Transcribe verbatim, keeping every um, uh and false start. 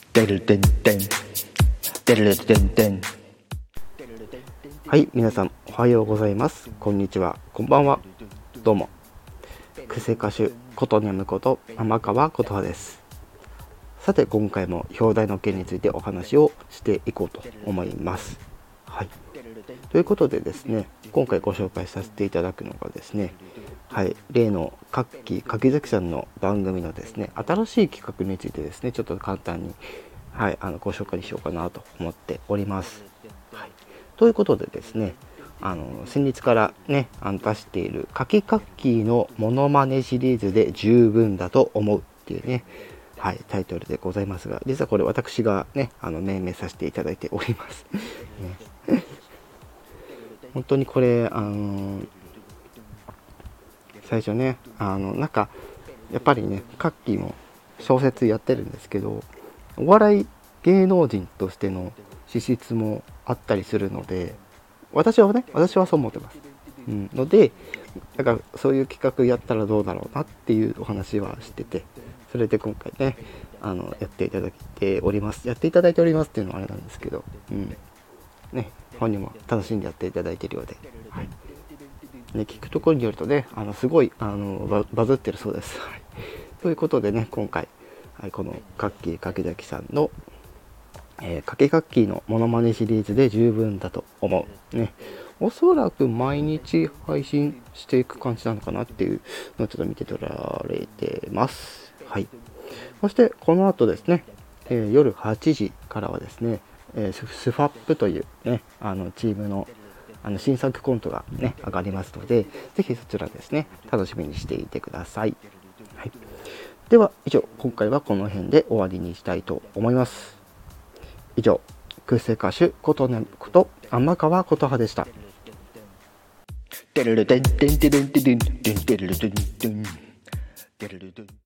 てるてんてんてるてんてん。はい、皆さんおはようございます。こんにちは、こんばんは。どうも、クセ歌手ことねむこと天川琴葉です。さて、今回も表題の件についてお話をしていこうと思います。はい、ということでですね、今回ご紹介させていただくのがですね、はい、例のかっき柿崎さんの番組のですね、新しい企画についてですね、ちょっと簡単に、はい、あのご紹介しようかなと思っております。はい、ということでですね、あの先日からね、あの出しているかきかっきーのモノマネシリーズで十分だと思うっていうね、はい、タイトルでございますが、実はこれ私がね、あの命名させていただいております。ね、本当にこれ、あのー、最初ね、あのなんかやっぱりね、カッキーも小説やってるんですけど、お笑い芸能人としての資質もあったりするので、私はね、私はそう思ってます。うん、ので、だからそういう企画やったらどうだろうなっていうお話はしてて、それで今回ね、あのやっていただいております。やっていただいておりますっていうのはあれなんですけど、うん、ね、本人も楽しんでやっていただいているようで、はい、ね、聞くところによるとね、あのすごいあの バ, バズってるそうです。はい、ということでね、今回、はい、このカッキー柿崎さんのえー、かけかっきーのモノマネシリーズで十分だと思う。ね。おそらく毎日配信していく感じなのかなっていうのをちょっと見て取られてます。はい。そしてこの後ですね、えー、夜はちじからはですね、えー、スファップというね、あのチームのあの新作コントがね、上がりますので、ぜひそちらですね、楽しみにしていてください。はい。では以上、今回はこの辺で終わりにしたいと思います。以上、クセ歌手ことねこと天川琴葉でした。テレレテンテンテレンテレンテンテレレテンテンテレレテン